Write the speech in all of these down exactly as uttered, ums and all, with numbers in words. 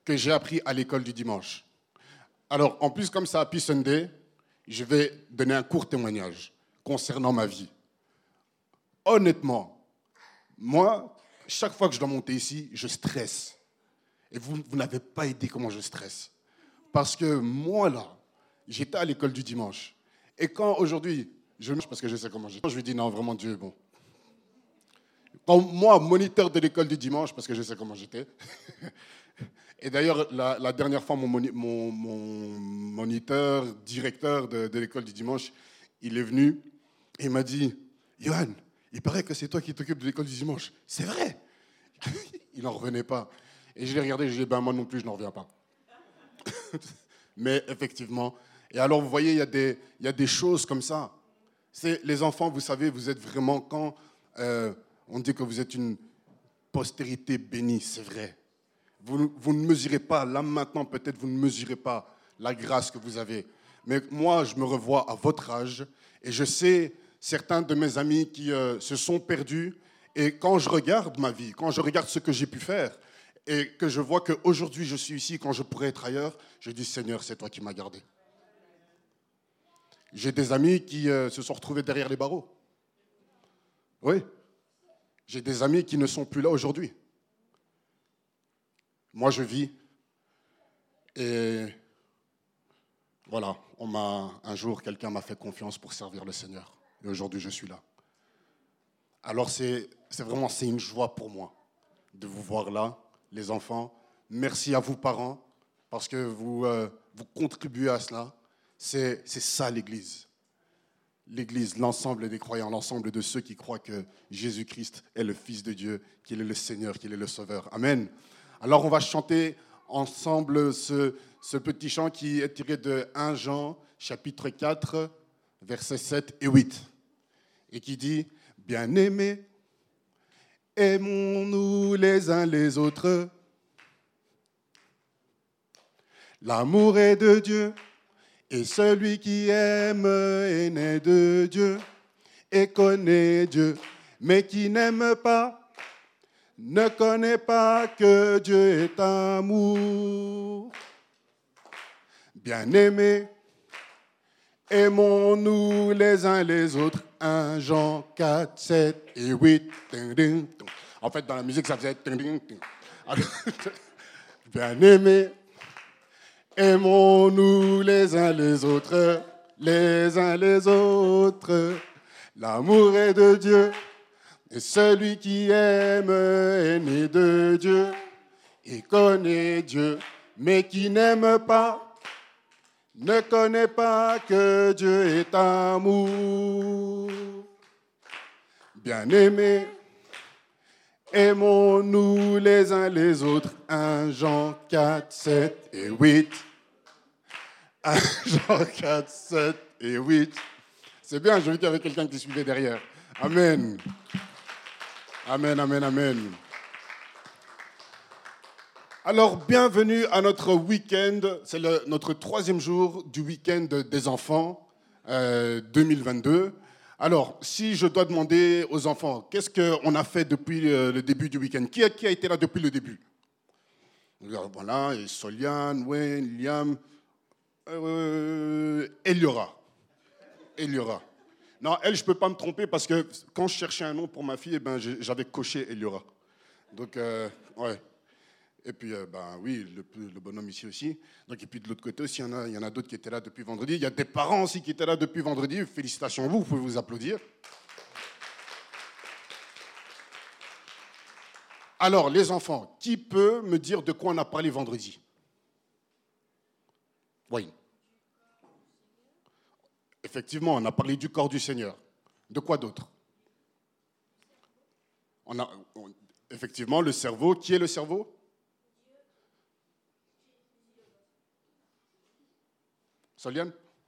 que j'ai appris à l'école du dimanche. Alors, en plus, comme ça, Happy Sunday, je vais donner un court témoignage concernant ma vie. Honnêtement, moi, chaque fois que je dois monter ici, je stresse. Et vous, vous n'avez pas idée comment je stresse. Parce que moi, là, j'étais à l'école du dimanche. Et quand aujourd'hui, je me parce que je sais comment j'étais, je lui dis non, vraiment, Dieu est bon. Quand moi, moniteur de l'école du dimanche, parce que je sais comment j'étais. Et d'ailleurs, la, la dernière fois, mon, moni, mon, mon moniteur, directeur de, de l'école du dimanche, il est venu et il m'a dit « Johan, il paraît que c'est toi qui t'occupes de l'école du dimanche. » C'est vrai. Il n'en revenait pas. Et je l'ai regardé et je lui ai dit « Ben moi non plus, je n'en reviens pas. » Mais effectivement. Et alors, vous voyez, il y a des, il y a des choses comme ça. C'est, les enfants, vous savez, vous êtes vraiment quand euh, on dit que vous êtes une postérité bénie, c'est vrai. Vous, vous ne mesurez pas, là maintenant peut-être vous ne mesurez pas la grâce que vous avez. Mais moi, je me revois à votre âge et je sais certains de mes amis qui euh, se sont perdus. Et quand je regarde ma vie, quand je regarde ce que j'ai pu faire et que je vois qu'aujourd'hui je suis ici, quand je pourrais être ailleurs, je dis Seigneur, c'est toi qui m'as gardé. J'ai des amis qui euh, se sont retrouvés derrière les barreaux. Oui. J'ai des amis qui ne sont plus là aujourd'hui. Moi, je vis et voilà, on m'a, un jour, quelqu'un m'a fait confiance pour servir le Seigneur. Et aujourd'hui, je suis là. Alors, c'est, c'est vraiment c'est une joie pour moi de vous voir là, les enfants. Merci à vous, parents, parce que vous, euh, vous contribuez à cela. C'est, c'est ça, l'Église. L'Église, l'ensemble des croyants, l'ensemble de ceux qui croient que Jésus-Christ est le Fils de Dieu, qu'il est le Seigneur, qu'il est le Sauveur. Amen. Alors, on va chanter ensemble ce, ce petit chant qui est tiré de premier Jean, chapitre quatre, versets sept et huit, et qui dit « Bien-aimés, aimons-nous les uns les autres. L'amour est de Dieu, et celui qui aime est né de Dieu et connaît Dieu, mais qui n'aime pas ne connaît pas que Dieu est amour. Bien-aimés, aimons-nous les uns les autres. premier Jean quatre, sept et huit. En fait, dans la musique, ça faisait... Bien-aimés, aimons-nous les uns les autres, les uns les autres. L'amour est de Dieu. Et celui qui aime est né de Dieu et connaît Dieu, mais qui n'aime pas, ne connaît pas que Dieu est amour. Bien-aimés, aimons-nous les uns les autres. premier Jean quatre, sept et huit. premier Jean quatre, sept et huit. C'est bien, je veux qu'il y avait quelqu'un qui suivait derrière. Amen. Amen, amen, amen. Alors, bienvenue à notre week-end. C'est le, notre troisième jour du week-end des enfants euh, deux mille vingt-deux. Alors, si je dois demander aux enfants, qu'est-ce qu'on a fait depuis le, le début du week-end? Qui a, qui a été là depuis le début? Voilà, et Soliane, Wayne, Liam, euh, Eliora. Eliora. Non, elle, je ne peux pas me tromper parce que quand je cherchais un nom pour ma fille, eh ben, j'avais coché Eliora. Donc, euh, ouais. Et puis, euh, ben, oui, le, le bonhomme ici aussi. Donc, et puis de l'autre côté aussi, il y en a, il y en a d'autres qui étaient là depuis vendredi. Il y a des parents aussi qui étaient là depuis vendredi. Félicitations à vous, vous pouvez vous applaudir. Alors, les enfants, qui peut me dire de quoi on a parlé vendredi? Oui. Effectivement, on a parlé du corps du Seigneur. De quoi d'autre? On a, on, effectivement, le cerveau. Qui est le cerveau? Soliane?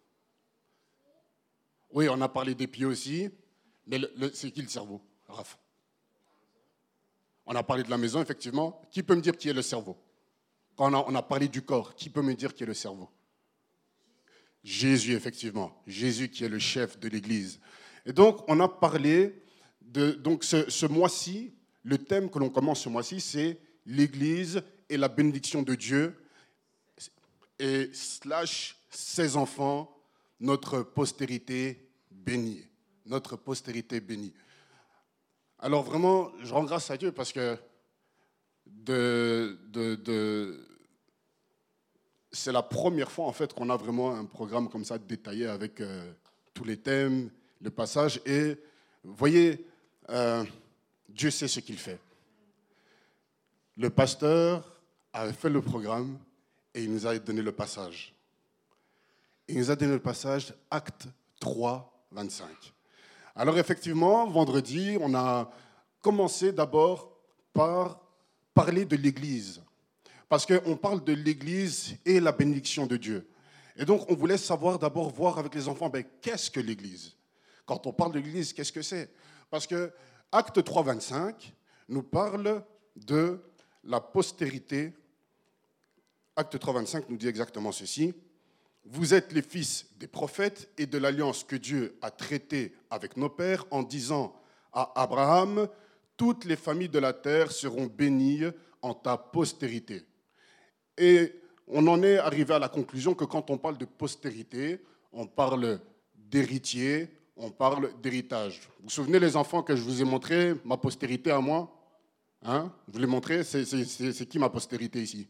Oui, on a parlé des pieds aussi. Mais le, le, c'est qui le cerveau? Raph. On a parlé de la maison, effectivement. Qui peut me dire qui est le cerveau? Quand on a, on a parlé du corps, qui peut me dire qui est le cerveau? Jésus, effectivement. Jésus qui est le chef de l'Église. Et donc, on a parlé de... Donc, ce, ce mois-ci, le thème que l'on commence ce mois-ci, c'est l'Église et la bénédiction de Dieu, et slash ses enfants, notre postérité bénie. Notre postérité bénie. Alors vraiment, je rends grâce à Dieu parce que de, de, de, c'est la première fois en fait qu'on a vraiment un programme comme ça détaillé avec euh, tous les thèmes, le passage. Et vous voyez, euh, Dieu sait ce qu'il fait. Le pasteur a fait le programme et il nous a donné le passage. Il nous a donné le passage, Acte trois, vingt-cinq. Alors effectivement, vendredi, on a commencé d'abord par parler de l'Église. Parce qu'on parle de l'Église et la bénédiction de Dieu. Et donc, on voulait savoir d'abord, voir avec les enfants, ben, qu'est-ce que l'Église? Quand on parle de l'Église, qu'est-ce que c'est? Parce que Acte trois, vingt-cinq nous parle de la postérité. Acte trois, vingt-cinq nous dit exactement ceci. Vous êtes les fils des prophètes et de l'alliance que Dieu a traitée avec nos pères en disant à Abraham, toutes les familles de la terre seront bénies en ta postérité. Et on en est arrivé à la conclusion que quand on parle de postérité, on parle d'héritier, on parle d'héritage. Vous vous souvenez les enfants que je vous ai montré, ma postérité à moi? Hein? Je vous l'ai montré, c'est, c'est, c'est, c'est qui ma postérité ici?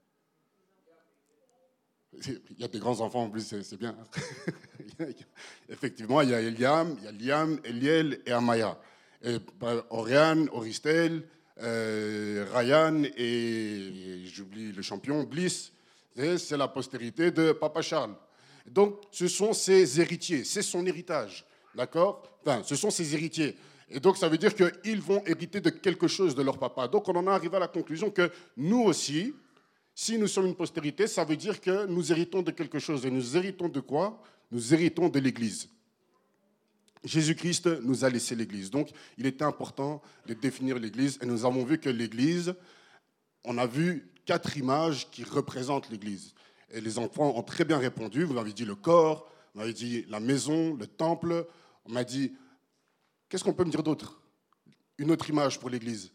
Il y a des grands enfants en plus, c'est, c'est bien. Effectivement, il y a Eliam, il y a Liam, Eliel et Amaya. Et, bah, Oriane, Oristel, euh, Ryan et, j'oublie le champion, Bliss. Et c'est la postérité de Papa Charles. Donc, ce sont ses héritiers, c'est son héritage. D'accord? Enfin, ce sont ses héritiers. Et donc, ça veut dire qu'ils vont hériter de quelque chose de leur papa. Donc, on en est arrivé à la conclusion que nous aussi, si nous sommes une postérité, ça veut dire que nous héritons de quelque chose. Et nous héritons de quoi? Nous héritons de l'Église. Jésus-Christ nous a laissé l'Église. Donc, il était important de définir l'Église. Et nous avons vu que l'Église, on a vu quatre images qui représentent l'Église. Et les enfants ont très bien répondu. Vous m'avez dit le corps, vous m'avez dit la maison, le temple. On m'a dit, qu'est-ce qu'on peut me dire d'autre? Une autre image pour l'Église.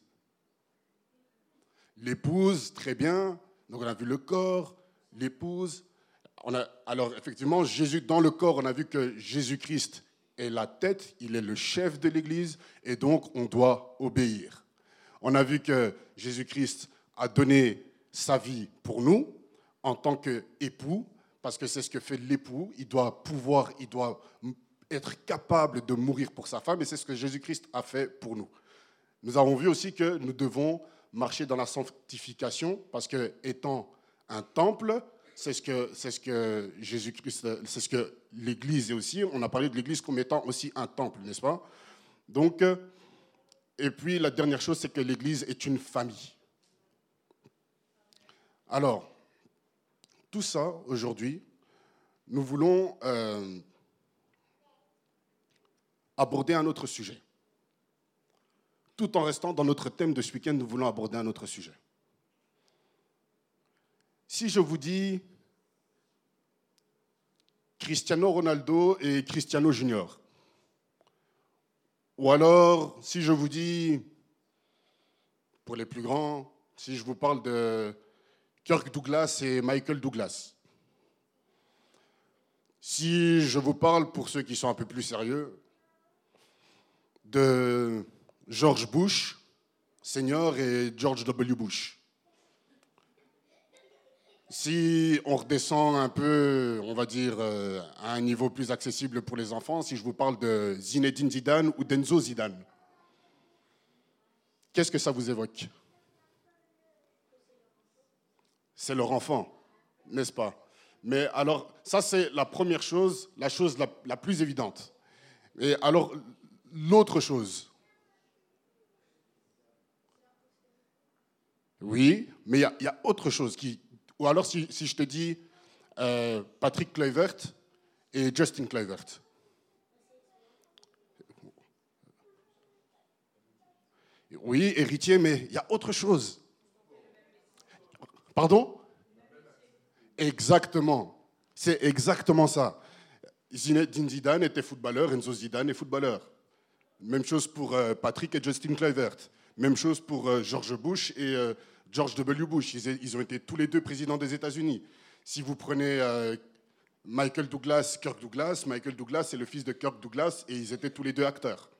L'épouse, très bien. Donc, on a vu le corps, l'épouse. On a, alors, effectivement, Jésus, dans le corps, on a vu que Jésus-Christ est la tête, il est le chef de l'Église, et donc, on doit obéir. On a vu que Jésus-Christ a donné sa vie pour nous, en tant qu'époux, parce que c'est ce que fait l'époux. Il doit pouvoir, il doit être capable de mourir pour sa femme, et c'est ce que Jésus-Christ a fait pour nous. Nous avons vu aussi que nous devons marcher dans la sanctification, parce que étant un temple, c'est ce que, c'est ce que Jésus-Christ, c'est ce que l'Église est aussi. On a parlé de l'Église comme étant aussi un temple, n'est-ce pas? Donc, et puis la dernière chose, c'est que l'Église est une famille. Alors, tout ça, aujourd'hui, nous voulons euh, aborder un autre sujet. Tout en restant dans notre thème de ce week-end, nous voulons aborder un autre sujet. Si je vous dis Cristiano Ronaldo et Cristiano Junior, ou alors si je vous dis, pour les plus grands, si je vous parle de Kirk Douglas et Michael Douglas, si je vous parle, pour ceux qui sont un peu plus sérieux, de George Bush senior et George W. Bush. Si on redescend un peu, on va dire, euh, à un niveau plus accessible pour les enfants, si je vous parle de Zinedine Zidane ou d'Enzo Zidane, qu'est-ce que ça vous évoque? C'est leur enfant, n'est-ce pas? Mais alors, ça c'est la première chose, la chose la, la plus évidente. Et alors, l'autre chose. Oui, mais il y, y a autre chose qui... Ou alors si, si je te dis euh, Patrick Kluivert et Justin Kluivert. Oui, héritier, mais il y a autre chose. Pardon? Exactement. C'est exactement ça. Zinedine Zidane était footballeur, Enzo Zidane est footballeur. Même chose pour euh, Patrick et Justin Kluivert. Même chose pour euh, George Bush et euh, George W. Bush. Ils, ils ont été tous les deux présidents des États-Unis. Si vous prenez euh, Michael Douglas, Kirk Douglas, Michael Douglas est le fils de Kirk Douglas et ils étaient tous les deux acteurs.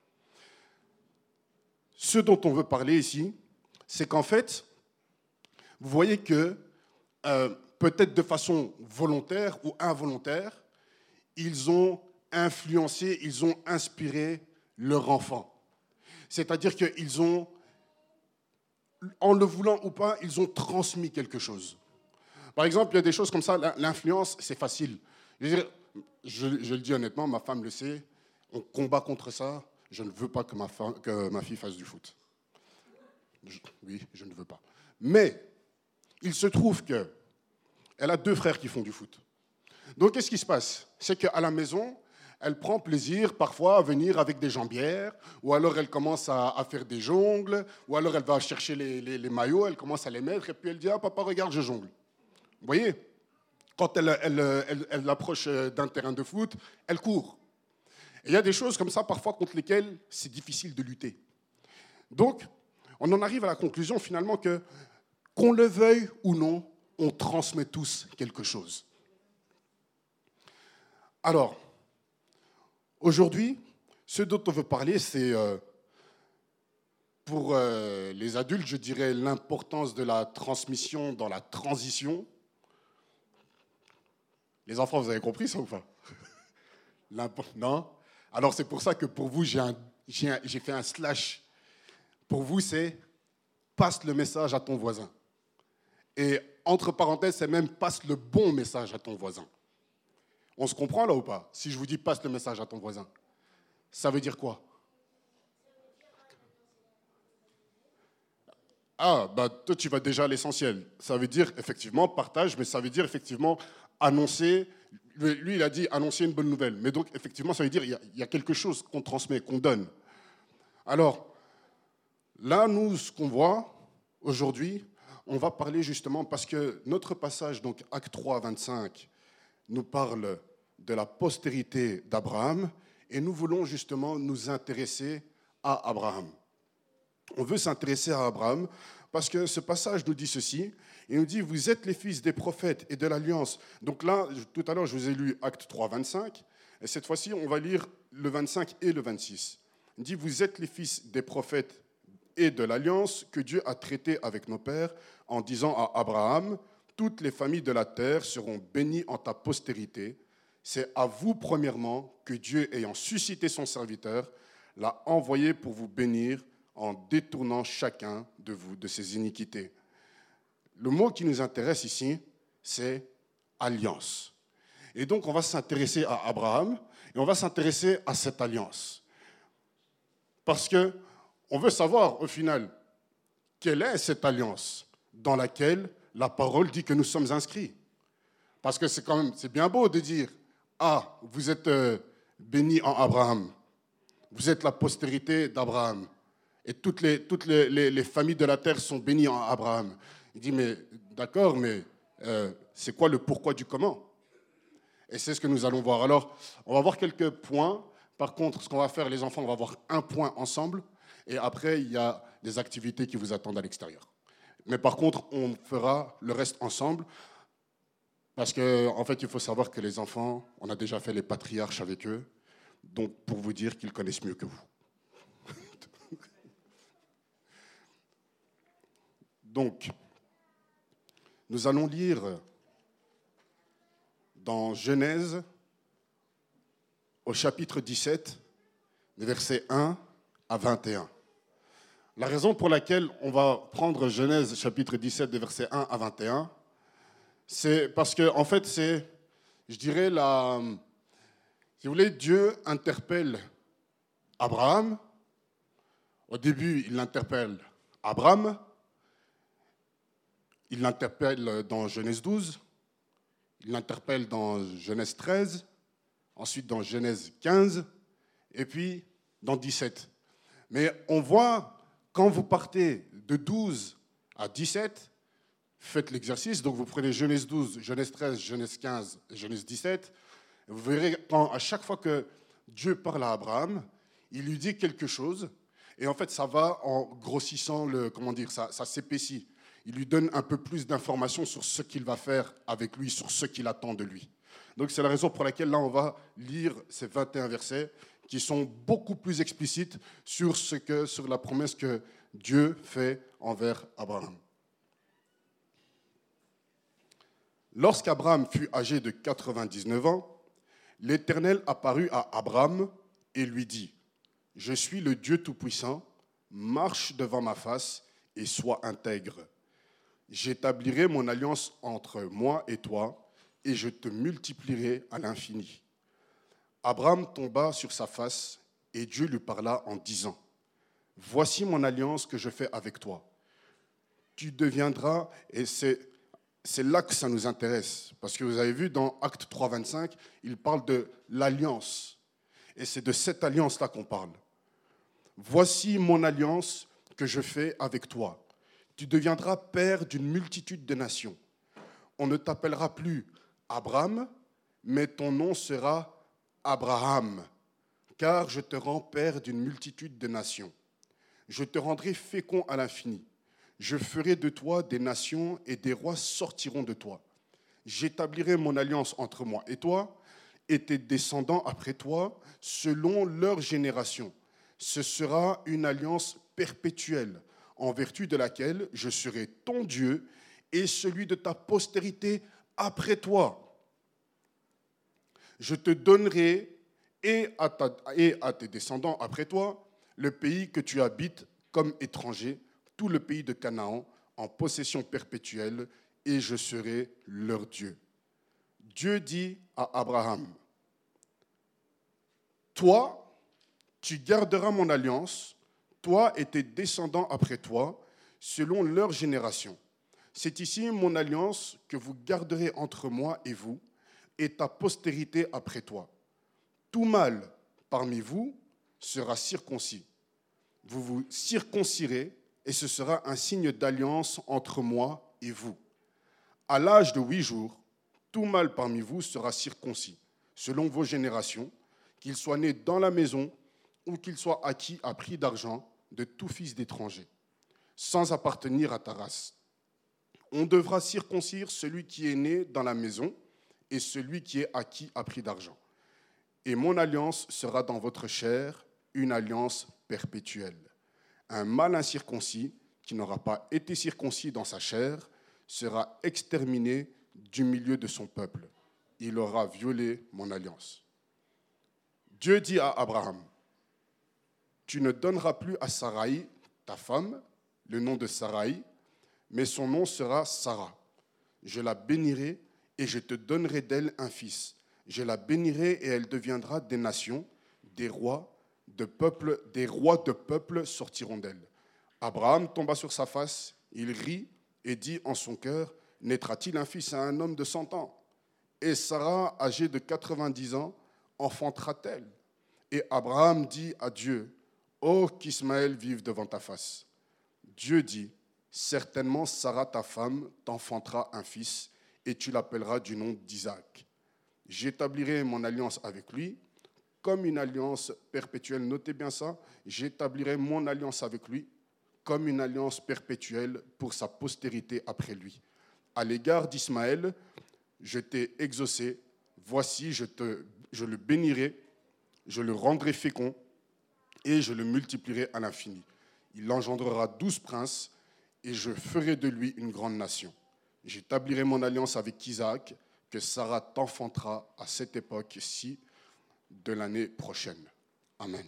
Ce dont on veut parler ici, c'est qu'en fait, vous voyez que euh, peut-être de façon volontaire ou involontaire, ils ont influencé, ils ont inspiré leur enfant. C'est-à-dire qu'ils ont, en le voulant ou pas, ils ont transmis quelque chose. Par exemple, il y a des choses comme ça, l'influence, c'est facile. Je, veux dire, je, je le dis honnêtement, ma femme le sait, on combat contre ça, je ne veux pas que ma, femme, que ma fille fasse du foot. Je, oui, je ne veux pas. Mais il se trouve qu'elle a deux frères qui font du foot. Donc, qu'est-ce qui se passe? C'est qu'à la maison, elle prend plaisir parfois à venir avec des jambières, ou alors elle commence à, à faire des jongles, ou alors elle va chercher les, les, les maillots, elle commence à les mettre, et puis elle dit « Ah, papa, regarde, je jongle ». Vous voyez? Quand elle, elle, elle, elle approche d'un terrain de foot, elle court. Et il y a des choses comme ça, parfois, contre lesquelles c'est difficile de lutter. Donc, on en arrive à la conclusion, finalement, que, qu'on le veuille ou non, on transmet tous quelque chose. Alors, aujourd'hui, ce dont on veut parler, c'est, euh, pour euh, les adultes, je dirais l'importance de la transmission dans la transition. Les enfants, vous avez compris ça ou pas? Non? Alors, c'est pour ça que pour vous, j'ai, un, j'ai, un, j'ai fait un slash. Pour vous, c'est « passe le message à ton voisin ». Et entre parenthèses, c'est même « passe le bon message à ton voisin ». On se comprend là ou pas? Si je vous dis « passe le message à ton voisin », ça veut dire quoi? Ah, bah toi tu vas déjà à l'essentiel. Ça veut dire effectivement partage, mais ça veut dire effectivement annoncer. Lui, il a dit annoncer une bonne nouvelle. Mais donc effectivement, ça veut dire il y, y a quelque chose qu'on transmet, qu'on donne. Alors, là, nous, ce qu'on voit aujourd'hui, on va parler justement, parce que notre passage, donc Actes trois, vingt-cinq, nous parle de la postérité d'Abraham, et nous voulons justement nous intéresser à Abraham. On veut s'intéresser à Abraham parce que ce passage nous dit ceci. Il nous dit, vous êtes les fils des prophètes et de l'alliance. Donc là, tout à l'heure, je vous ai lu Actes trois, vingt-cinq. Et cette fois-ci, on va lire le vingt-cinq et le vingt-six. Il dit, vous êtes les fils des prophètes et de l'alliance que Dieu a traité avec nos pères en disant à Abraham, toutes les familles de la terre seront bénies en ta postérité. C'est à vous, premièrement, que Dieu, ayant suscité son serviteur, l'a envoyé pour vous bénir en détournant chacun de vous de ses iniquités. Le mot qui nous intéresse ici, c'est alliance. Et donc, on va s'intéresser à Abraham et on va s'intéresser à cette alliance. Parce qu'on veut savoir, au final, quelle est cette alliance dans laquelle la parole dit que nous sommes inscrits. Parce que c'est quand même, c'est bien beau de dire « Ah, vous êtes euh, bénis en Abraham, vous êtes la postérité d'Abraham. » Et toutes, les, toutes les, les, les familles de la terre sont bénies en Abraham. Il dit, mais d'accord, mais euh, c'est quoi le pourquoi du comment? Et c'est ce que nous allons voir. Alors, on va voir quelques points. Par contre, ce qu'on va faire, les enfants, on va voir un point ensemble. Et après, il y a des activités qui vous attendent à l'extérieur. Mais par contre, on fera le reste ensemble. Parce qu'en en fait, il faut savoir que les enfants, on a déjà fait les patriarches avec eux. Donc, pour vous dire qu'ils connaissent mieux que vous. Donc, nous allons lire dans Genèse, au chapitre dix-sept, des versets un à vingt et un. La raison pour laquelle on va prendre Genèse, chapitre dix-sept, des versets un à vingt et un, c'est parce que, en fait, c'est, je dirais, la, si vous voulez, Dieu interpelle Abraham. Au début, il interpelle Abraham. Il l'interpelle dans Genèse douze, il l'interpelle dans Genèse treize, ensuite dans Genèse quinze, et puis dans dix-sept. Mais on voit, quand vous partez de douze à dix-sept, faites l'exercice, donc vous prenez Genèse douze, Genèse treize, Genèse quinze, Genèse dix-sept, et vous verrez, quand, à chaque fois que Dieu parle à Abraham, il lui dit quelque chose, Et en fait, ça va en grossissant, le, comment dire, ça, ça s'épaissit. Il lui donne un peu plus d'informations sur ce qu'il va faire avec lui, sur ce qu'il attend de lui. Donc c'est la raison pour laquelle là, on va lire ces vingt et un versets qui sont beaucoup plus explicites sur, ce que, sur la promesse que Dieu fait envers Abraham. Lorsqu'Abraham fut âgé de quatre-vingt-dix-neuf ans, l'Éternel apparut à Abraham et lui dit : « Je suis le Dieu Tout-Puissant, marche devant ma face et sois intègre. J'établirai mon alliance entre moi et toi, et je te multiplierai à l'infini. » Abraham tomba sur sa face, et Dieu lui parla en disant : « Voici mon alliance que je fais avec toi. Tu deviendras, et c'est, c'est là que ça nous intéresse, parce que vous avez vu dans Acte trois, vingt-cinq, il parle de l'alliance, et c'est de cette alliance-là qu'on parle. Voici mon alliance que je fais avec toi. Tu deviendras père d'une multitude de nations. On ne t'appellera plus Abraham, mais ton nom sera Abraham, car je te rends père d'une multitude de nations. Je te rendrai fécond à l'infini. Je ferai de toi des nations et des rois sortiront de toi. J'établirai mon alliance entre moi et toi et tes descendants après toi, selon leur génération. Ce sera une alliance perpétuelle, en vertu de laquelle je serai ton Dieu et celui de ta postérité après toi. Je te donnerai et à, ta, et à tes descendants après toi le pays que tu habites comme étranger, tout le pays de Canaan, en possession perpétuelle, et je serai leur Dieu. Dieu dit à Abraham : « Toi, tu garderas mon alliance, toi et tes descendants après toi, selon leur génération. C'est ici mon alliance que vous garderez entre moi et vous, et ta postérité après toi. Tout mâle parmi vous sera circoncis. Vous vous circoncirez, et ce sera un signe d'alliance entre moi et vous. À l'âge de huit jours, tout mâle parmi vous sera circoncis, selon vos générations, qu'il soit né dans la maison ou qu'il soit acquis à prix d'argent de tout fils d'étranger, sans appartenir à ta race. On devra circoncire celui qui est né dans la maison et celui qui est acquis à prix d'argent. Et mon alliance sera dans votre chair, une alliance perpétuelle. Un mâle incirconcis qui n'aura pas été circoncis dans sa chair sera exterminé du milieu de son peuple. Il aura violé mon alliance. » Dieu dit à Abraham : « Tu ne donneras plus à Saraï, ta femme, le nom de Saraï, mais son nom sera Sarah. Je la bénirai et je te donnerai d'elle un fils. Je la bénirai et elle deviendra des nations, des rois de peuples, des rois de peuples sortiront d'elle. » Abraham tomba sur sa face, il rit et dit en son cœur : « Naîtra-t-il un fils à un homme de cent ans ? Et Sarah, âgée de quatre-vingt-dix ans, enfantera-t-elle ? Et Abraham dit à Dieu : Oh, qu'Ismaël vive devant ta face. Dieu dit : Certainement Sarah, ta femme, t'enfantera un fils, et tu l'appelleras du nom d'Isaac. J'établirai mon alliance avec lui, comme une alliance perpétuelle. Notez bien ça. J'établirai mon alliance avec lui, comme une alliance perpétuelle pour sa postérité après lui. À l'égard d'Ismaël, je t'ai exaucé. Voici, je, te, je le bénirai, je le rendrai fécond, et je le multiplierai à l'infini. Il engendrera douze princes, et je ferai de lui une grande nation. J'établirai mon alliance avec Isaac, que Sarah t'enfantera à cette époque-ci de l'année prochaine. Amen.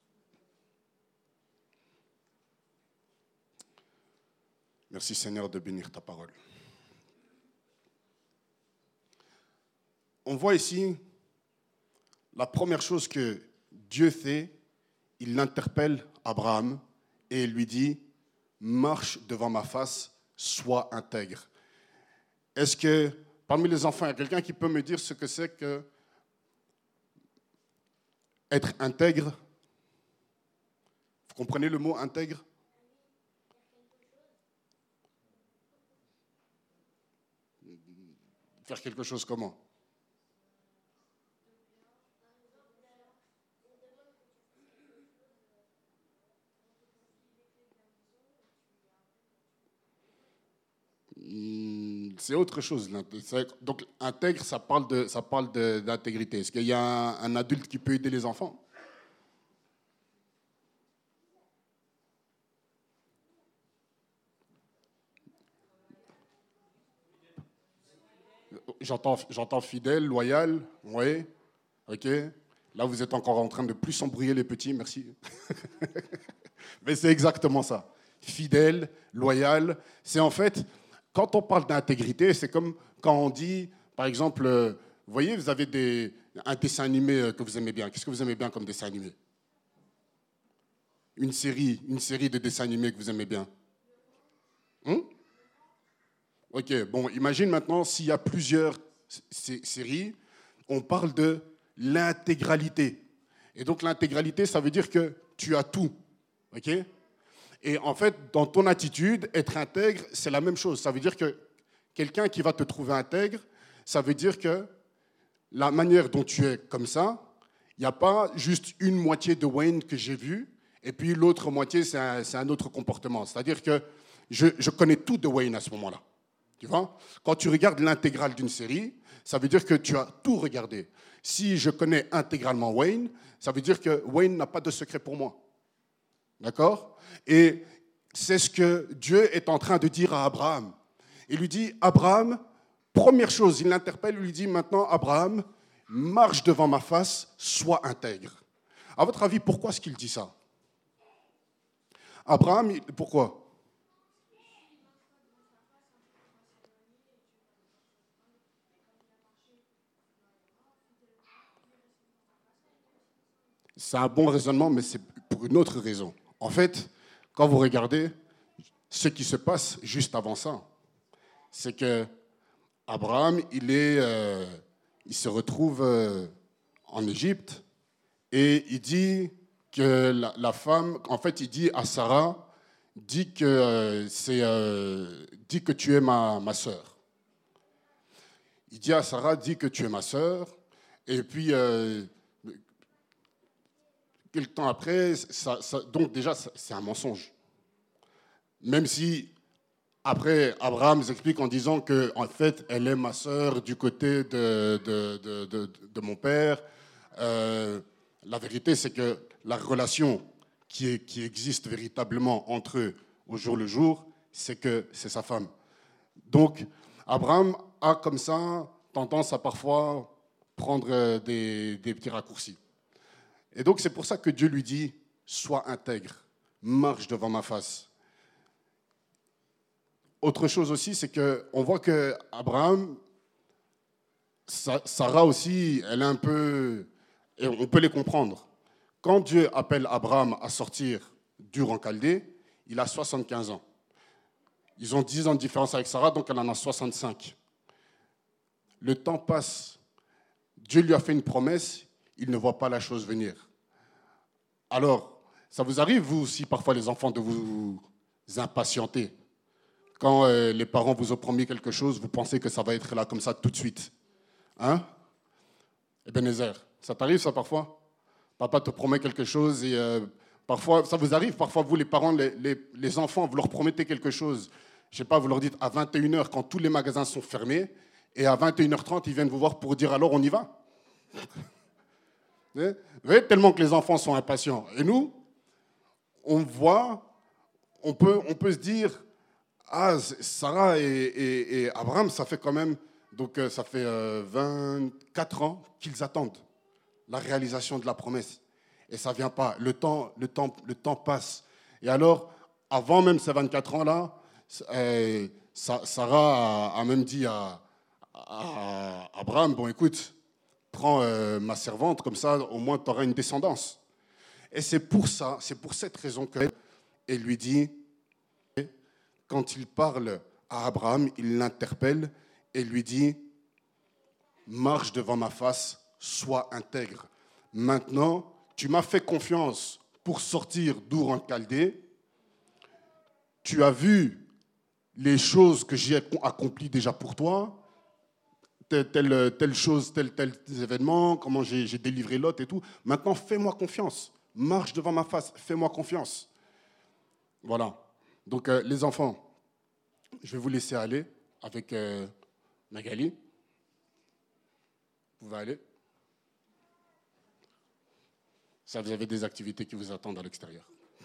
Merci Seigneur de bénir ta parole. On voit ici la première chose que Dieu fait, il interpelle Abraham et il lui dit : marche devant ma face, sois intègre. Est-ce que parmi les enfants, il y a quelqu'un qui peut me dire ce que c'est que être intègre? Vous comprenez le mot intègre? Faire quelque chose comment? c'est autre chose. Donc, intègre, ça parle de, ça parle de, d'intégrité. Est-ce qu'il y a un, un adulte qui peut aider les enfants? J'entends, j'entends fidèle, loyal, oui, ok. Là, vous êtes encore en train de plus embrouiller les petits, merci. Mais c'est exactement ça. Fidèle, loyal, c'est en fait, quand on parle d'intégrité, c'est comme quand on dit, par exemple, euh, vous voyez, vous avez des, un dessin animé euh, que vous aimez bien. Qu'est-ce que vous aimez bien comme dessin animé? Une série, une série de dessins animés que vous aimez bien. Hum? Ok, bon, imagine maintenant s'il y a plusieurs c- séries, on parle de l'intégralité. Et donc l'intégralité, ça veut dire que tu as tout. Ok? Et en fait, dans ton attitude, être intègre, c'est la même chose. Ça veut dire que quelqu'un qui va te trouver intègre, ça veut dire que la manière dont tu es comme ça, il n'y a pas juste une moitié de Wayne que j'ai vue, et puis l'autre moitié, c'est un, c'est un autre comportement. C'est-à-dire que je, je connais tout de Wayne à ce moment-là. Tu vois? Quand tu regardes l'intégrale d'une série, ça veut dire que tu as tout regardé. Si je connais intégralement Wayne, ça veut dire que Wayne n'a pas de secret pour moi. D'accord? Et c'est ce que Dieu est en train de dire à Abraham. Il lui dit, Abraham, première chose, il l'interpelle, il lui dit, maintenant, Abraham, marche devant ma face, sois intègre. À votre avis, pourquoi est-ce qu'il dit ça? Abraham, il- pourquoi? C'est un bon raisonnement, mais c'est pour une autre raison. En fait, quand vous regardez ce qui se passe juste avant ça, c'est que Abraham, il, est, euh, il se retrouve euh, en Égypte et il dit que la, la femme, en fait, il dit à Sarah, dit que, euh, c'est, euh, dit que tu es ma, ma sœur. Il dit à Sarah, dis que tu es ma sœur. Et puis, euh, quelque temps après, ça, ça- donc déjà, c'est un mensonge. Même si, après, Abraham s'explique en disant que, en fait, elle est ma sœur du côté de, de, de, de- de mon père. Euh, la vérité, c'est que la relation qui, est- qui existe véritablement entre eux au jour le jour, c'est que c'est sa femme. Donc, Abraham a comme ça tendance à parfois prendre euh, des, des petits raccourcis. Et donc, c'est pour ça que Dieu lui dit, sois intègre, marche devant ma face. Autre chose aussi, c'est qu'on voit que Abraham, Sa- Sarah aussi, elle est un peu... Et on peut les comprendre. Quand Dieu appelle Abraham à sortir d'Ur en Chaldée, il a soixante-quinze ans. Ils ont dix ans de différence avec Sarah, donc elle en a soixante-cinq. Le temps passe. Dieu lui a fait une promesse, il ne voit pas la chose venir. Alors, ça vous arrive, vous aussi, parfois, les enfants, de vous impatienter? Quand euh, les parents vous ont promis quelque chose, vous pensez que ça va être là comme ça tout de suite. Hein? Ebenezer, ça t'arrive ça parfois? Papa te promet quelque chose et euh, parfois, ça vous arrive, parfois vous les parents, les, les- les enfants, vous leur promettez quelque chose. Je sais pas, vous leur dites à vingt et une heures quand tous les magasins sont fermés et à vingt et une heures trente, ils viennent vous voir pour dire alors on y va. Vous voyez, tellement que les enfants sont impatients. Et nous, on voit, on peut, on peut se dire, ah, Sarah et, et- et Abraham, ça fait quand même, donc euh, ça fait euh, vingt-quatre ans qu'ils attendent la réalisation de la promesse. Et ça ne vient pas. Le temps, le, temps, le temps passe. Et alors, avant même ces vingt-quatre ans-là, euh, Sarah a, a même dit à, à Abraham, bon écoute, prends euh, ma servante, comme ça au moins tu auras une descendance. Et c'est pour ça, c'est pour cette raison qu'elle lui dit, quand il parle à Abraham, il l'interpelle et lui dit, marche devant ma face, sois intègre. Maintenant, tu m'as fait confiance pour sortir d'Our en Chaldée. Tu as vu les choses que j'ai accomplies déjà pour toi, telle, telle, telle chose, tel, tel événement, comment j'ai, j'ai délivré Lot et tout. Maintenant, fais-moi confiance. Marche devant ma face, fais-moi confiance. Voilà. Donc, euh, les enfants, je vais vous laisser aller avec... euh, Magali, vous pouvez aller. Ça, vous avez des activités qui vous attendent à l'extérieur.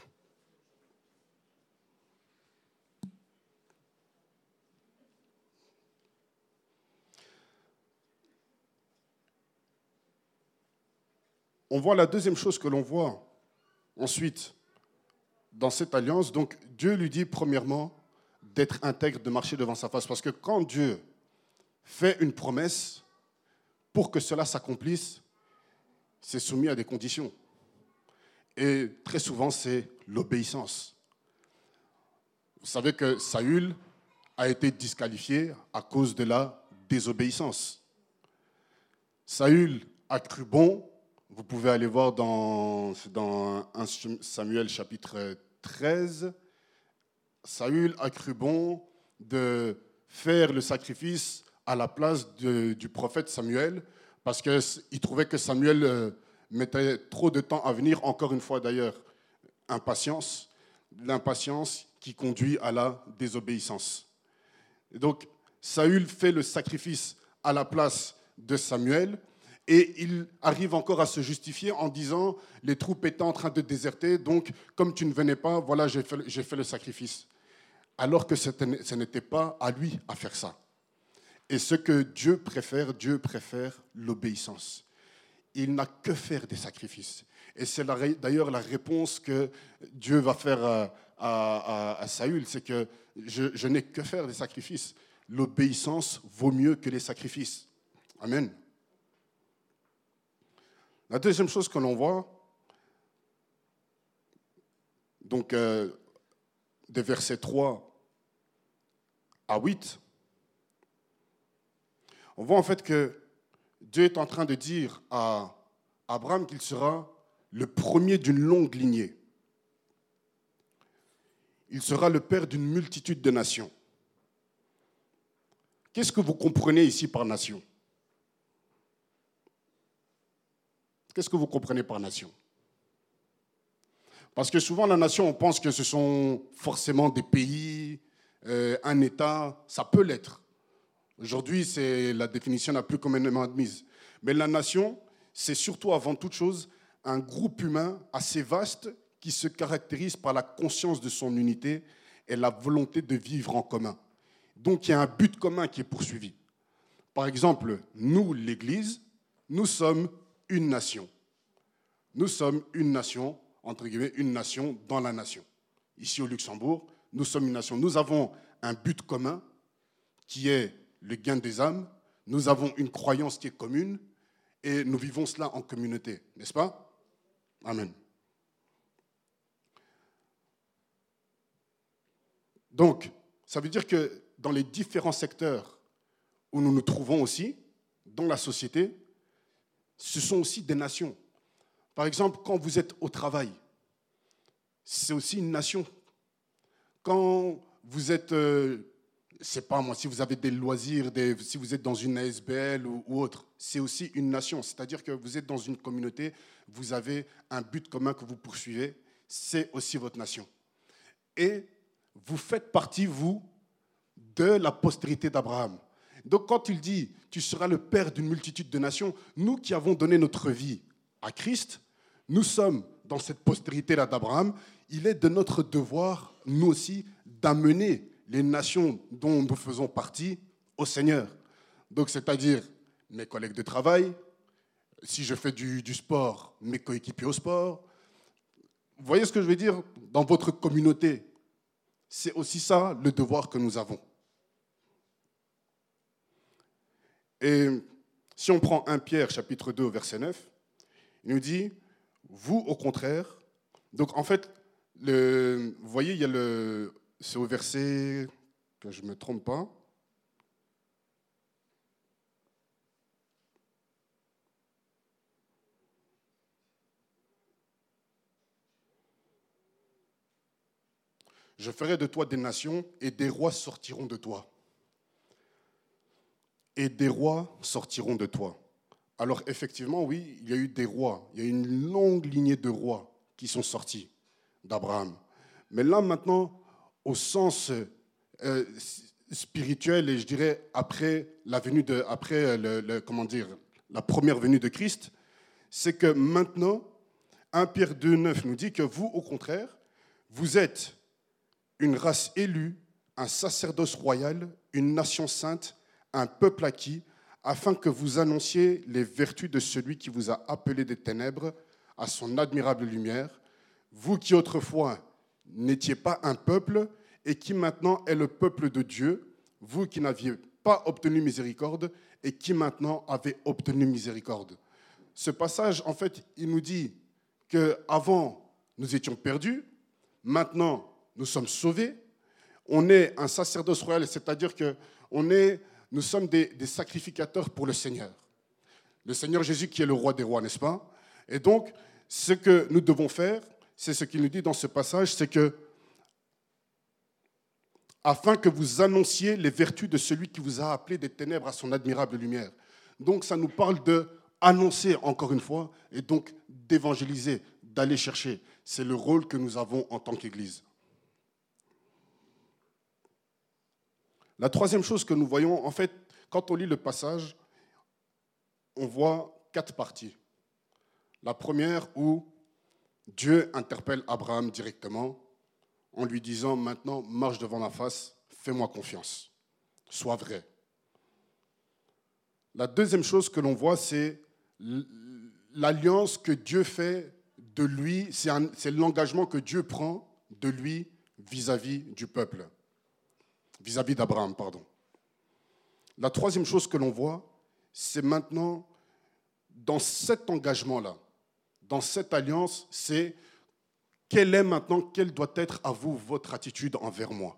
On voit la deuxième chose que l'on voit ensuite dans cette alliance. Donc Dieu lui dit premièrement d'être intègre, de marcher devant sa face. Parce que quand Dieu fait une promesse, pour que cela s'accomplisse, c'est soumis à des conditions. Et très souvent, c'est l'obéissance. Vous savez que Saül a été disqualifié à cause de la désobéissance. Saül a cru bon. Vous pouvez aller voir dans, dans premier Samuel chapitre treize. Saül a cru bon de faire le sacrifice à la place de, du prophète Samuel parce qu'il trouvait que Samuel euh, mettait trop de temps à venir. Encore une fois d'ailleurs, impatience, l'impatience qui conduit à la désobéissance. Et donc, Saül fait le sacrifice à la place de Samuel. Et il arrive encore à se justifier en disant « Les troupes étaient en train de déserter, donc comme tu ne venais pas, voilà, j'ai fait, j'ai fait le sacrifice. » Alors que ce n'était pas à lui à faire ça. Et ce que Dieu préfère, Dieu préfère l'obéissance. Il n'a que faire des sacrifices. Et c'est la, d'ailleurs la réponse que Dieu va faire à, à, à Saül, c'est que je, je n'ai que faire des sacrifices. L'obéissance vaut mieux que les sacrifices. Amen. La deuxième chose que l'on voit, donc euh, des versets trois à huit, on voit en fait que Dieu est en train de dire à Abraham qu'il sera le premier d'une longue lignée. Il sera le père d'une multitude de nations. Qu'est-ce que vous comprenez ici par nation ? Qu'est-ce que vous comprenez par nation ? Parce que souvent, la nation, on pense que ce sont forcément des pays, euh, un État, ça peut l'être. Aujourd'hui, c'est la définition la plus communément admise. Mais la nation, c'est surtout avant toute chose un groupe humain assez vaste qui se caractérise par la conscience de son unité et la volonté de vivre en commun. Donc, il y a un but commun qui est poursuivi. Par exemple, nous, l'Église, nous sommes une nation. Nous sommes une nation, entre guillemets, une nation dans la nation. Ici au Luxembourg, nous sommes une nation. Nous avons un but commun qui est le gain des âmes. Nous avons une croyance qui est commune et nous vivons cela en communauté, n'est-ce pas ? Amen. Donc, ça veut dire que dans les différents secteurs où nous nous trouvons aussi, dans la société, ce sont aussi des nations. Par exemple, quand vous êtes au travail, c'est aussi une nation. Quand vous êtes, euh, c'est pas moi, si vous avez des loisirs, des, si vous êtes dans une A S B L ou, ou autre, c'est aussi une nation. C'est-à-dire que vous êtes dans une communauté, vous avez un but commun que vous poursuivez, c'est aussi votre nation. Et vous faites partie, vous, de la postérité d'Abraham. Donc quand il dit « tu seras le père d'une multitude de nations », nous qui avons donné notre vie à Christ, nous sommes dans cette postérité-là d'Abraham. Il est de notre devoir, nous aussi, d'amener les nations dont nous faisons partie au Seigneur. Donc c'est-à-dire mes collègues de travail, si je fais du, du sport, mes coéquipiers au sport. Vous voyez ce que je veux dire ? Dans votre communauté, c'est aussi ça le devoir que nous avons. Et si on prend premier Pierre, chapitre deux, verset neuf, il nous dit, vous, au contraire, donc en fait, le, vous voyez, il y a le, c'est au verset, que je ne me trompe pas, je ferai de toi des nations et des rois sortiront de toi. Et des rois sortiront de toi. Alors effectivement, oui, il y a eu des rois. Il y a une longue lignée de rois qui sont sortis d'Abraham. Mais là, maintenant, au sens euh, spirituel, et je dirais après la venue de, après le, le, comment dire, la première venue de Christ, c'est que maintenant, premier Pierre deux neuf nous dit que vous, au contraire, vous êtes une race élue, un sacerdoce royal, une nation sainte, un peuple acquis, afin que vous annonciez les vertus de celui qui vous a appelé des ténèbres à son admirable lumière, vous qui autrefois n'étiez pas un peuple et qui maintenant est le peuple de Dieu, vous qui n'aviez pas obtenu miséricorde et qui maintenant avez obtenu miséricorde. Ce passage, en fait, il nous dit qu'avant, nous étions perdus, maintenant, nous sommes sauvés, on est un sacerdoce royal, c'est-à-dire que on est, nous sommes des, des sacrificateurs pour le Seigneur. Le Seigneur Jésus qui est le roi des rois, n'est-ce pas? Et donc, ce que nous devons faire, c'est ce qu'il nous dit dans ce passage, c'est que afin que vous annonciez les vertus de celui qui vous a appelé des ténèbres à son admirable lumière. Donc, ça nous parle d'annoncer, encore une fois, et donc d'évangéliser, d'aller chercher. C'est le rôle que nous avons en tant qu'Église. La troisième chose que nous voyons, en fait, quand on lit le passage, on voit quatre parties. La première où Dieu interpelle Abraham directement en lui disant « Maintenant, marche devant ma face, fais-moi confiance, sois vrai ». La deuxième chose que l'on voit, c'est l'alliance que Dieu fait de lui, c'est, un, c'est l'engagement que Dieu prend de lui vis-à-vis du peuple, vis-à-vis d'Abraham, pardon. La troisième chose que l'on voit, c'est maintenant, dans cet engagement-là, dans cette alliance, c'est quelle est maintenant, quelle doit être à vous votre attitude envers moi.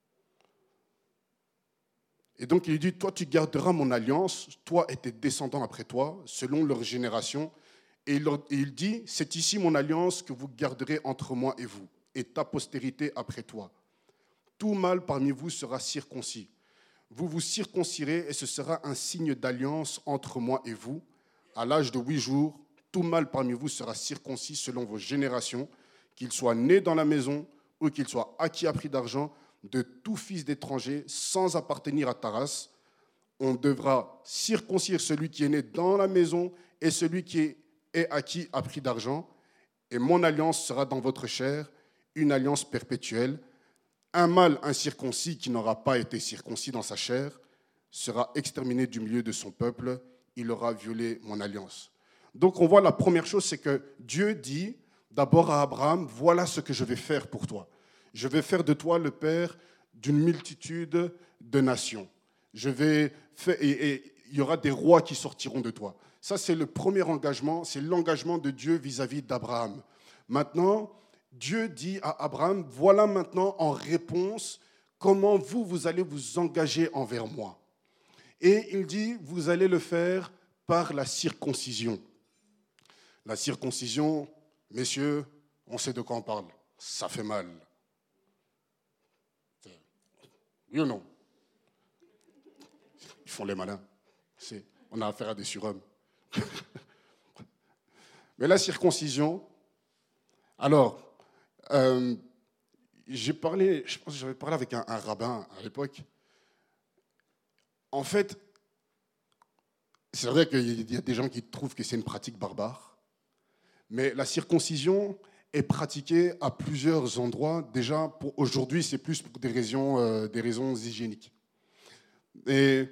Et donc il dit, toi tu garderas mon alliance, toi et tes descendants après toi, selon leur génération. Et il dit, c'est ici mon alliance que vous garderez entre moi et vous, et ta postérité après toi. Tout mâle parmi vous sera circoncis. Vous vous circoncirez et ce sera un signe d'alliance entre moi et vous. À l'âge de huit jours, tout mâle parmi vous sera circoncis selon vos générations, qu'il soit né dans la maison ou qu'il soit acquis à prix d'argent, de tout fils d'étranger sans appartenir à ta race. On devra circoncire celui qui est né dans la maison et celui qui est acquis à prix d'argent. Et mon alliance sera dans votre chair, une alliance perpétuelle. Un mâle incirconcis qui n'aura pas été circoncis dans sa chair sera exterminé du milieu de son peuple. Il aura violé mon alliance. Donc on voit la première chose, c'est que Dieu dit d'abord à Abraham, voilà ce que je vais faire pour toi. Je vais faire de toi le père d'une multitude de nations. Je vais faire, et, et il y aura des rois qui sortiront de toi. Ça, c'est le premier engagement, c'est l'engagement de Dieu vis-à-vis d'Abraham. Maintenant, Dieu dit à Abraham, voilà maintenant en réponse comment vous, vous allez vous engager envers moi. Et il dit, vous allez le faire par la circoncision. La circoncision, messieurs, on sait de quoi on parle. Ça fait mal. Oui ou non? Ils font les malins. C'est, on a affaire à des surhommes. Mais la circoncision, alors, euh, j'ai parlé, je pense que j'avais parlé avec un, un rabbin à l'époque. En fait, c'est vrai qu'il y a des gens qui trouvent que c'est une pratique barbare. Mais la circoncision est pratiquée à plusieurs endroits. Déjà, pour aujourd'hui, c'est plus pour des raisons, euh, des raisons hygiéniques. Et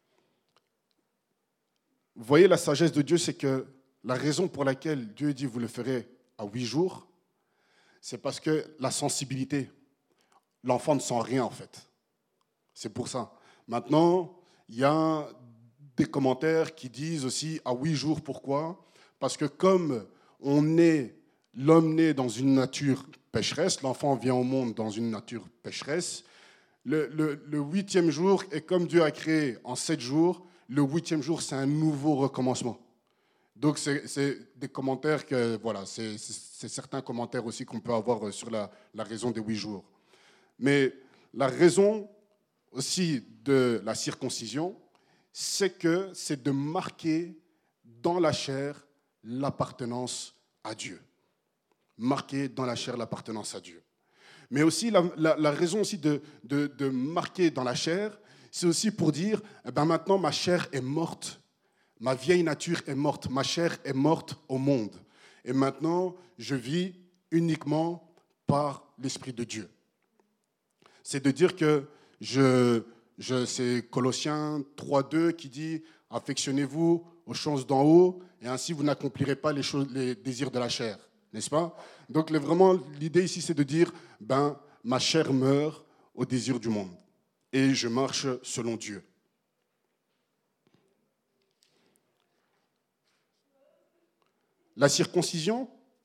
vous voyez, la sagesse de Dieu, c'est que la raison pour laquelle Dieu dit « vous le ferez à huit jours », c'est parce que la sensibilité, l'enfant ne sent rien en fait. C'est pour ça. Maintenant, il y a des commentaires qui disent aussi à huit jours, pourquoi ? Parce que comme on est, l'homme naît dans une nature pécheresse, l'enfant vient au monde dans une nature pécheresse, le, le, le huitième jour est comme Dieu a créé en sept jours, le huitième jour c'est un nouveau recommencement. Donc c'est, c'est des commentaires que, voilà, c'est, c'est, c'est certains commentaires aussi qu'on peut avoir sur la, la raison des huit jours. Mais la raison aussi de la circoncision, c'est que c'est de marquer dans la chair l'appartenance à Dieu. Marquer dans la chair l'appartenance à Dieu. Mais aussi, la, la, la raison aussi de, de, de marquer dans la chair, c'est aussi pour dire, eh ben maintenant, ma chair est morte. Ma vieille nature est morte. Ma chair est morte au monde. Et maintenant, je vis uniquement par l'Esprit de Dieu. C'est de dire que je, je, c'est Colossiens trois deux qui dit « Affectionnez-vous aux choses d'en haut, et ainsi vous n'accomplirez pas les, choses, les désirs de la chair. » N'est-ce pas? Donc vraiment, l'idée ici, c'est de dire ben, « Ma chair meurt aux désirs du monde, et je marche selon Dieu. » La circoncision,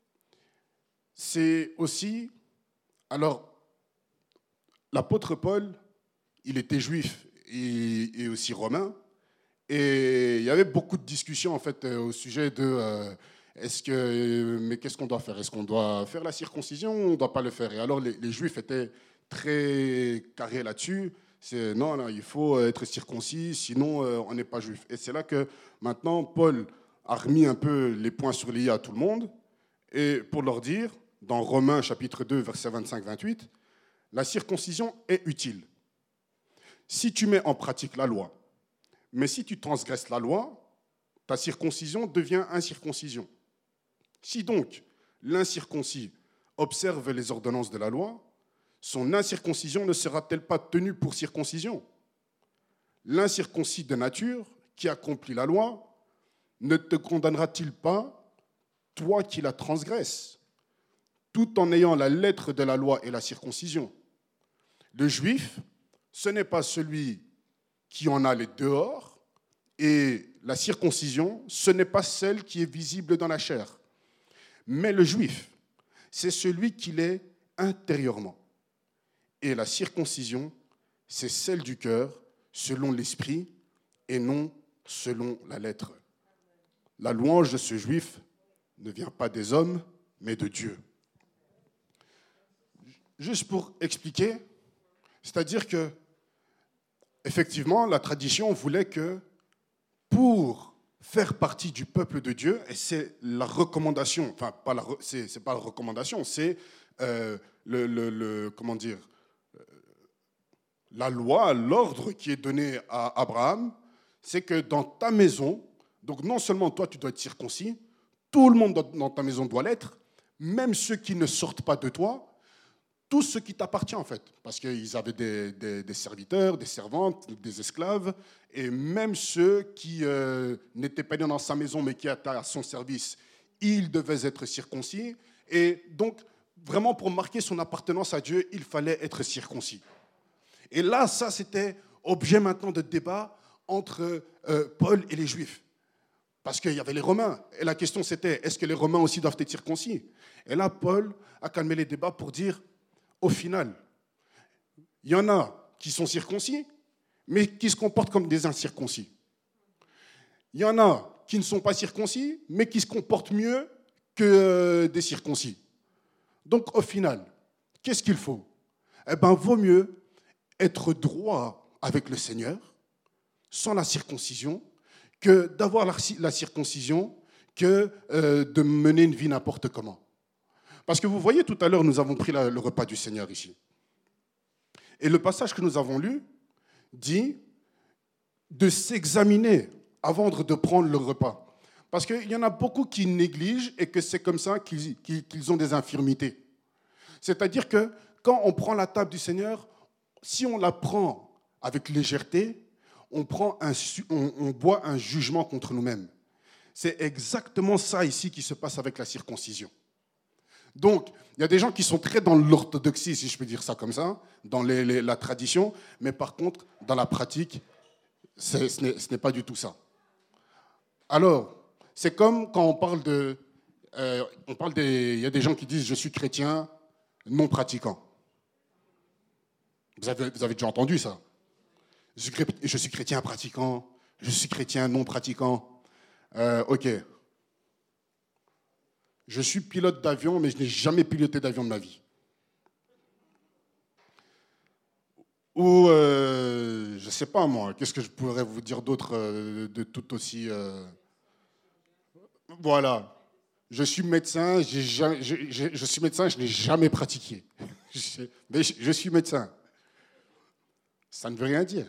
c'est aussi... Alors, l'apôtre Paul, il était juif et, et aussi romain, et il y avait beaucoup de discussions en fait au sujet de euh, est-ce que mais qu'est-ce qu'on doit faire? Est-ce qu'on doit faire la circoncision ou on ne doit pas le faire? Et alors les, les juifs étaient très carrés là-dessus. C'est non, non, il faut être circoncis, sinon euh, on n'est pas juif. Et c'est là que maintenant Paul a remis un peu les points sur les i à tout le monde, et pour leur dire, dans Romains chapitre deux, versets vingt-cinq vingt-huit, la circoncision est utile si tu mets en pratique la loi. Mais si tu transgresses la loi, ta circoncision devient incirconcision. Si donc l'incirconcis observe les ordonnances de la loi, son incirconcision ne sera-t-elle pas tenue pour circoncision? L'incirconcis de nature qui accomplit la loi ne te condamnera-t-il pas, toi qui la transgresses, tout en ayant la lettre de la loi et la circoncision? Le juif, ce n'est pas celui qui en a les dehors, et la circoncision, ce n'est pas celle qui est visible dans la chair. Mais le juif, c'est celui qui l'est intérieurement. Et la circoncision, c'est celle du cœur, selon l'esprit, et non selon la lettre. La louange de ce juif ne vient pas des hommes, mais de Dieu. Juste pour expliquer, c'est-à-dire que, effectivement, la tradition voulait que, pour faire partie du peuple de Dieu, et c'est la recommandation, enfin, pas la, c'est, c'est pas la recommandation, c'est euh, le, le, le, comment dire, la loi, l'ordre qui est donné à Abraham, c'est que dans ta maison, donc non seulement toi tu dois être circoncis, tout le monde dans ta maison doit l'être, même ceux qui ne sortent pas de toi, tout ce qui t'appartient en fait, parce qu'ils avaient des, des, des serviteurs, des servantes, des esclaves, et même ceux qui euh, n'étaient pas nés dans sa maison mais qui étaient à son service, ils devaient être circoncis. Et donc, vraiment pour marquer son appartenance à Dieu, il fallait être circoncis. Et là, ça c'était objet maintenant de débat entre euh, Paul et les Juifs. Parce qu'il y avait les Romains. Et la question c'était, est-ce que les Romains aussi doivent être circoncis? Et là, Paul a calmé les débats pour dire, au final, il y en a qui sont circoncis, mais qui se comportent comme des incirconcis. Il y en a qui ne sont pas circoncis, mais qui se comportent mieux que des circoncis. Donc, au final, qu'est-ce qu'il faut? Eh bien, vaut mieux être droit avec le Seigneur, sans la circoncision, que d'avoir la circoncision, que euh, de mener une vie n'importe comment. Parce que vous voyez, tout à l'heure, nous avons pris la, le repas du Seigneur ici. Et le passage que nous avons lu dit de s'examiner avant de prendre le repas. Parce qu'il y en a beaucoup qui négligent et que c'est comme ça qu'ils, qu'ils ont des infirmités. C'est-à-dire que quand on prend la table du Seigneur, si on la prend avec légèreté, on, prend un, on, on boit un jugement contre nous-mêmes. C'est exactement ça ici qui se passe avec la circoncision. Donc, il y a des gens qui sont très dans l'orthodoxie, si je peux dire ça comme ça, dans les, les, la tradition, mais par contre, dans la pratique, c'est, ce, n'est, ce n'est pas du tout ça. Alors, c'est comme quand on parle de... Euh, on parle des, il y a des gens qui disent « je suis chrétien non pratiquant ». Vous avez, vous avez déjà entendu ça? Je suis, je suis chrétien pratiquant, je suis chrétien non pratiquant. Euh, ok. Je suis pilote d'avion, mais je n'ai jamais piloté d'avion de ma vie. Ou, euh, je ne sais pas moi, qu'est-ce que je pourrais vous dire d'autre euh, de tout aussi... Euh... Voilà. Je suis médecin, j'ai jamais, je, je, je suis médecin, je n'ai jamais pratiqué. je, mais je, je suis médecin. Ça ne veut rien dire.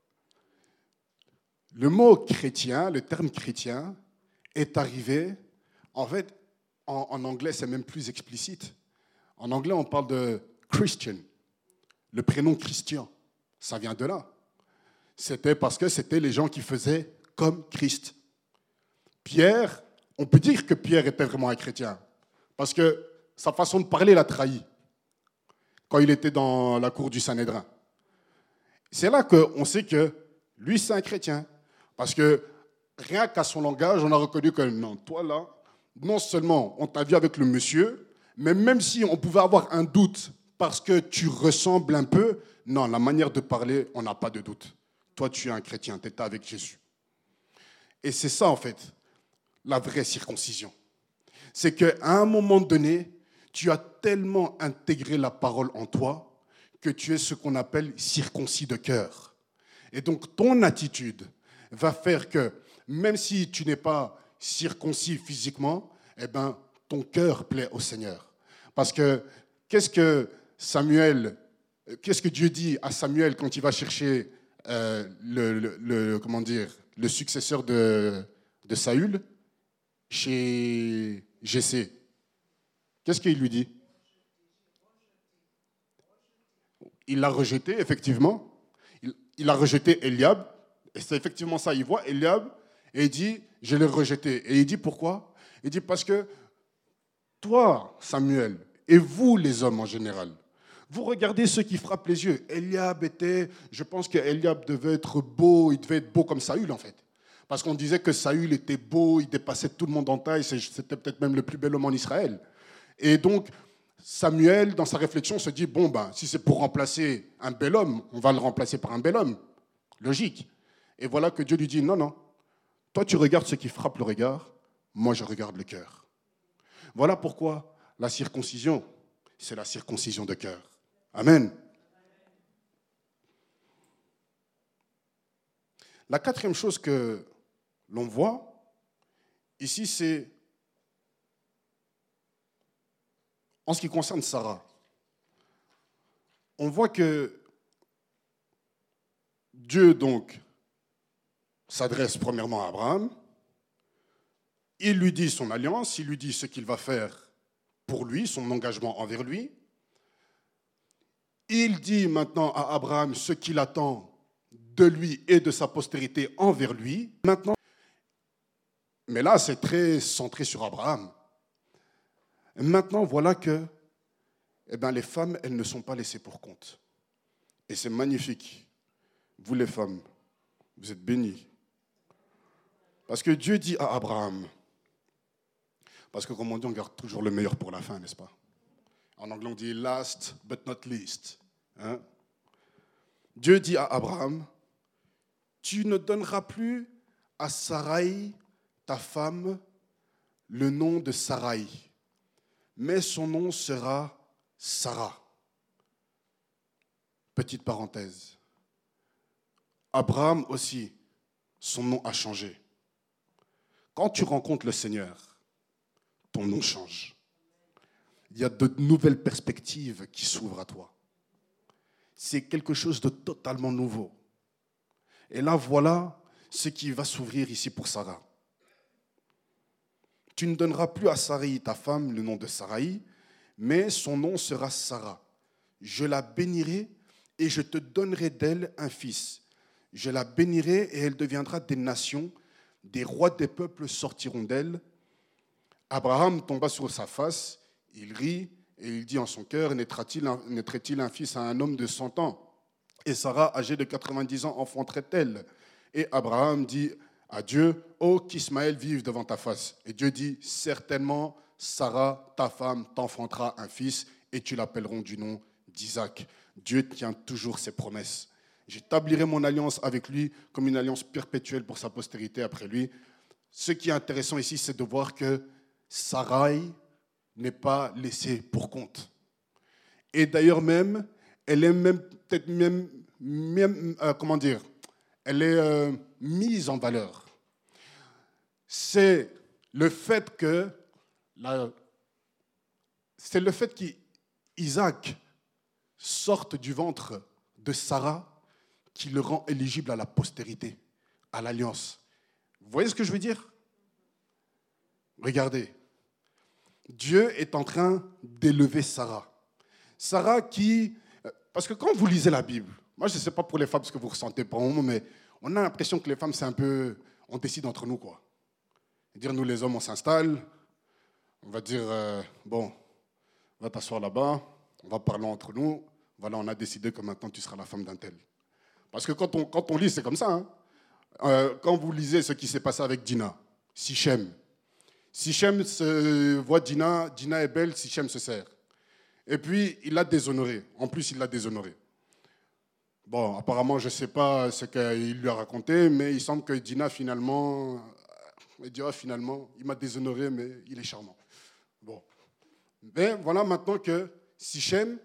Le mot chrétien, le terme chrétien, est arrivé, en fait, en, en anglais, c'est même plus explicite. En anglais, on parle de Christian. Le prénom Christian, ça vient de là. C'était parce que c'était les gens qui faisaient comme Christ. Pierre, on peut dire que Pierre était vraiment un chrétien, parce que sa façon de parler l'a trahi quand il était dans la cour du Sanhédrin. C'est là qu'on sait que lui, c'est un chrétien. Parce que rien qu'à son langage, on a reconnu que non, toi là, non seulement on t'a vu avec le monsieur, mais même si on pouvait avoir un doute parce que tu ressembles un peu, non, la manière de parler, on n'a pas de doute. Toi, tu es un chrétien, tu étais avec Jésus. Et c'est ça, en fait, la vraie circoncision. C'est qu'à un moment donné, tu as tellement intégré la parole en toi que tu es ce qu'on appelle circoncis de cœur. Et donc, ton attitude va faire que, même si tu n'es pas circoncis physiquement, eh ben, ton cœur plaît au Seigneur. Parce que, qu'est-ce que Samuel, qu'est-ce que Dieu dit à Samuel quand il va chercher euh, le, le, le, comment dire, le successeur de, de Saül chez Jessé? Qu'est-ce qu'il lui dit? Il l'a rejeté, effectivement. Il, il a rejeté Eliab. Et c'est effectivement ça. Il voit Eliab et il dit, je l'ai rejeté. Et il dit, pourquoi? Il dit, parce que toi, Samuel, et vous, les hommes en général, vous regardez ceux qui frappent les yeux. Eliab était, je pense que Eliab devait être beau, il devait être beau comme Saül, en fait. Parce qu'on disait que Saül était beau, il dépassait tout le monde en taille, c'était peut-être même le plus bel homme en Israël. Et donc, Samuel, dans sa réflexion, se dit, bon, ben, si c'est pour remplacer un bel homme, on va le remplacer par un bel homme. Logique. Et voilà que Dieu lui dit, non, non, toi tu regardes ce qui frappe le regard, moi je regarde le cœur. Voilà pourquoi la circoncision, c'est la circoncision de cœur. Amen. La quatrième chose que l'on voit ici, c'est en ce qui concerne Sarah. On voit que Dieu, donc, s'adresse premièrement à Abraham. Il lui dit son alliance, il lui dit ce qu'il va faire pour lui, son engagement envers lui. Il dit maintenant à Abraham ce qu'il attend de lui et de sa postérité envers lui. Maintenant, mais là, c'est très centré sur Abraham. Maintenant, voilà que eh bien, les femmes, elles ne sont pas laissées pour compte. Et c'est magnifique. Vous, les femmes, vous êtes bénies. Parce que Dieu dit à Abraham, parce que comme on dit, on garde toujours le meilleur pour la fin, n'est-ce pas? En anglais, on dit last but not least. Hein? Dieu dit à Abraham, tu ne donneras plus à Sarai, ta femme, le nom de Sarai, mais son nom sera Sarah. Petite parenthèse. Abraham aussi, son nom a changé. Quand tu rencontres le Seigneur, ton nom change. Il y a de nouvelles perspectives qui s'ouvrent à toi. C'est quelque chose de totalement nouveau. Et là, voilà ce qui va s'ouvrir ici pour Sarah. Tu ne donneras plus à Sarai, ta femme, le nom de Sarai, mais son nom sera Sarah. Je la bénirai et je te donnerai d'elle un fils. Je la bénirai et elle deviendra des nations. Des rois des peuples sortiront d'elle. Abraham tomba sur sa face, il rit et il dit en son cœur, naîtra-t-il un, naîtrait-il un fils à un homme de cent ans? Et Sarah, âgée de quatre-vingt-dix ans, enfanterait-elle? Et Abraham dit à Dieu, ô qu'Ismaël vive devant ta face. Et Dieu dit, certainement, Sarah, ta femme, t'enfantera un fils et tu l'appelleras du nom d'Isaac. Dieu tient toujours ses promesses. J'établirai mon alliance avec lui comme une alliance perpétuelle pour sa postérité après lui. Ce qui est intéressant ici, c'est de voir que Sarai n'est pas laissée pour compte. Et d'ailleurs même, elle est même peut-être même, même euh, comment dire, elle est euh, mise en valeur. C'est le fait que, la, c'est le fait qu'Isaac sortent du ventre de Sarah qui le rend éligible à la postérité, à l'alliance. Vous voyez ce que je veux dire? Regardez, Dieu est en train d'élever Sarah. Sarah qui... Parce que quand vous lisez la Bible, moi je ne sais pas pour les femmes ce que vous ressentez pour moi, mais on a l'impression que les femmes, c'est un peu... On décide entre nous, quoi. Dire, nous les hommes, on s'installe, on va dire, euh, bon, va t'asseoir là-bas, on va parler entre nous, voilà, on a décidé que maintenant tu seras la femme d'un tel. Parce que quand on, quand on lit, c'est comme ça. Hein. Euh, quand vous lisez ce qui s'est passé avec Dina, Sichem, Sichem se voit Dina, Dina est belle, Sichem se sert. Et puis, il l'a déshonorée. En plus, il l'a déshonorée. Bon, apparemment, je ne sais pas ce qu'il lui a raconté, mais il semble que Dina, finalement, il dira finalement, il m'a déshonoré, mais il est charmant. Bon. Mais voilà maintenant que Sichem,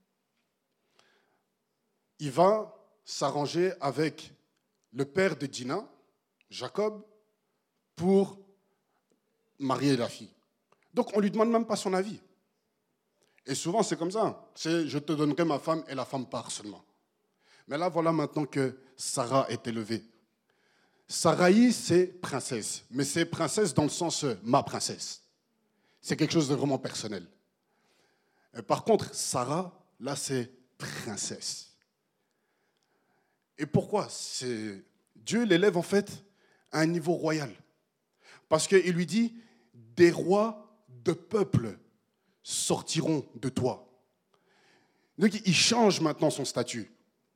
il va s'arranger avec le père de Dina, Jacob, pour marier la fille. Donc, on ne lui demande même pas son avis. Et souvent, c'est comme ça. C'est, je te donnerai ma femme et la femme part seulement. Mais là, voilà maintenant que Sarah est élevée. Saraï, c'est princesse. Mais c'est princesse dans le sens euh, ma princesse. C'est quelque chose de vraiment personnel. Et par contre, Sarah, là, c'est princesse. Et pourquoi? C'est... Dieu l'élève en fait à un niveau royal. Parce qu'il lui dit, des rois de peuples sortiront de toi. Donc il change maintenant son statut.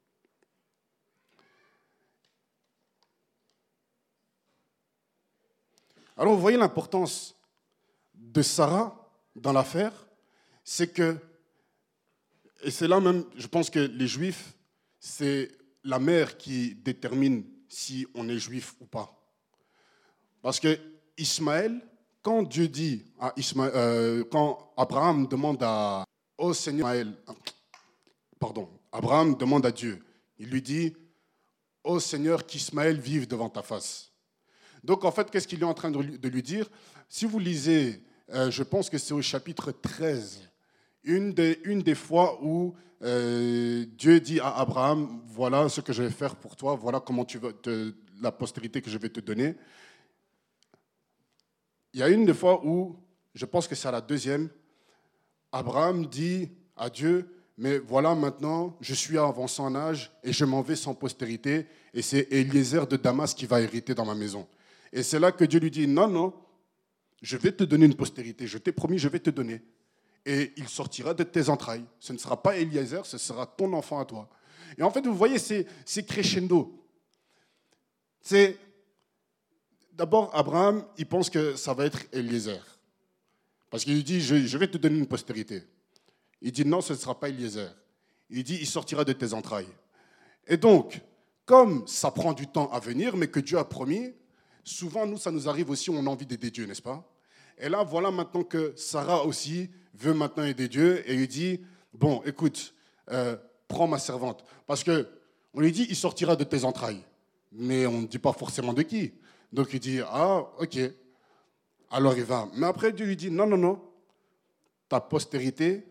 Alors vous voyez l'importance de Sarah dans l'affaire, c'est que, et c'est là même, je pense que les Juifs, c'est la mère qui détermine si on est juif ou pas. Parce que Ismaël, quand Dieu dit à Ismaël, euh, quand Abraham demande à, au Seigneur Ismaël, pardon, Abraham demande à Dieu, il lui dit, ô Seigneur, qu'Ismaël vive devant ta face. Donc en fait, qu'est-ce qu'il est en train de lui dire? Si vous lisez, euh, je pense que c'est au chapitre treize, une des, une des fois où euh, Dieu dit à Abraham, voilà ce que je vais faire pour toi, voilà comment tu veux te, la postérité que je vais te donner. Il y a une des fois où, je pense que c'est à la deuxième, Abraham dit à Dieu, mais voilà maintenant, je suis avancé en âge et je m'en vais sans postérité, et c'est Eliezer de Damas qui va hériter dans ma maison. Et c'est là que Dieu lui dit, non, non, je vais te donner une postérité, je t'ai promis, je vais te donner. Et il sortira de tes entrailles. Ce ne sera pas Eliezer, ce sera ton enfant à toi. Et en fait, vous voyez, c'est, c'est crescendo. C'est, d'abord, Abraham, il pense que ça va être Eliezer. Parce qu'il lui dit, je, je vais te donner une postérité. Il dit, non, ce ne sera pas Eliezer. Il dit, il sortira de tes entrailles. Et donc, comme ça prend du temps à venir, mais que Dieu a promis, souvent, nous, ça nous arrive aussi, on a envie d'aider Dieu, n'est-ce pas? Et là, voilà maintenant que Sarah aussi veut maintenant aider Dieu et lui dit, bon, écoute, euh, prends ma servante. Parce qu'on lui dit, il sortira de tes entrailles. Mais on ne dit pas forcément de qui. Donc il dit, ah, ok. Alors il va. Mais après, Dieu lui dit, non, non, non. Ta postérité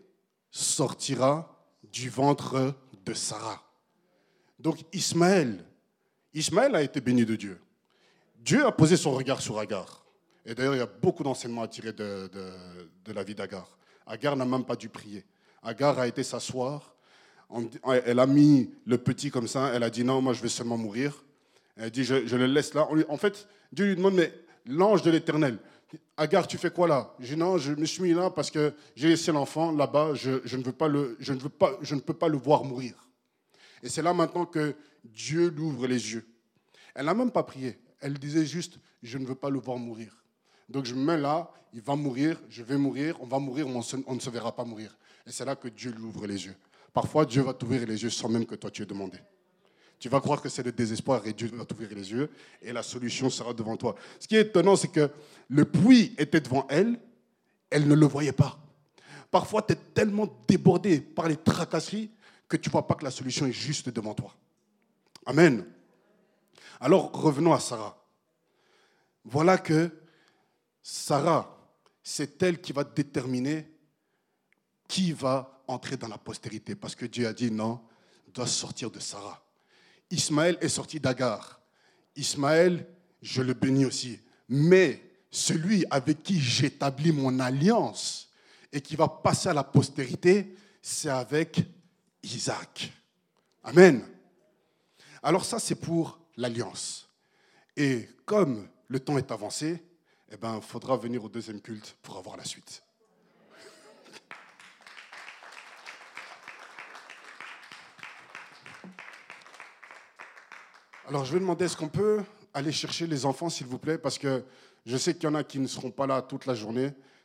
sortira du ventre de Sarah. Donc Ismaël, Ismaël a été béni de Dieu. Dieu a posé son regard sur Agar. Et d'ailleurs, il y a beaucoup d'enseignements à tirer de, de, de la vie d'Agar. Agar n'a même pas dû prier. Agar a été s'asseoir. Elle a mis le petit comme ça. Elle a dit, non, moi, je vais seulement mourir. Elle dit, je, je le laisse là. En fait, Dieu lui demande, mais l'ange de l'Éternel, Agar, tu fais quoi là? Je dis, non, je me suis mis là parce que j'ai laissé l'enfant là-bas. Je, je, ne veux pas le, je, ne veux pas, je ne peux pas le voir mourir. Et c'est là maintenant que Dieu lui ouvre les yeux. Elle n'a même pas prié. Elle disait juste, je ne veux pas le voir mourir. Donc je me mets là, il va mourir, je vais mourir, on va mourir, on, se, on ne se verra pas mourir. Et c'est là que Dieu lui ouvre les yeux. Parfois, Dieu va t'ouvrir les yeux sans même que toi tu aies demandé. Tu vas croire que c'est le désespoir et Dieu va t'ouvrir les yeux et la solution sera devant toi. Ce qui est étonnant, c'est que le puits était devant elle, elle ne le voyait pas. Parfois, tu es tellement débordé par les tracasseries que tu ne vois pas que la solution est juste devant toi. Amen. Alors, revenons à Sarah. Voilà que Sarah, c'est elle qui va déterminer qui va entrer dans la postérité. Parce que Dieu a dit non, doit sortir de Sarah. Ismaël est sorti d'Agar. Ismaël, je le bénis aussi. Mais celui avec qui j'établis mon alliance et qui va passer à la postérité, c'est avec Isaac. Amen. Alors ça, c'est pour l'alliance. Et comme le temps est avancé, eh ben, il faudra venir au deuxième culte pour avoir la suite. Alors, je vais demander, est-ce qu'on peut aller chercher les enfants, s'il vous plaît, parce que je sais qu'il y en a qui ne seront pas là toute la journée.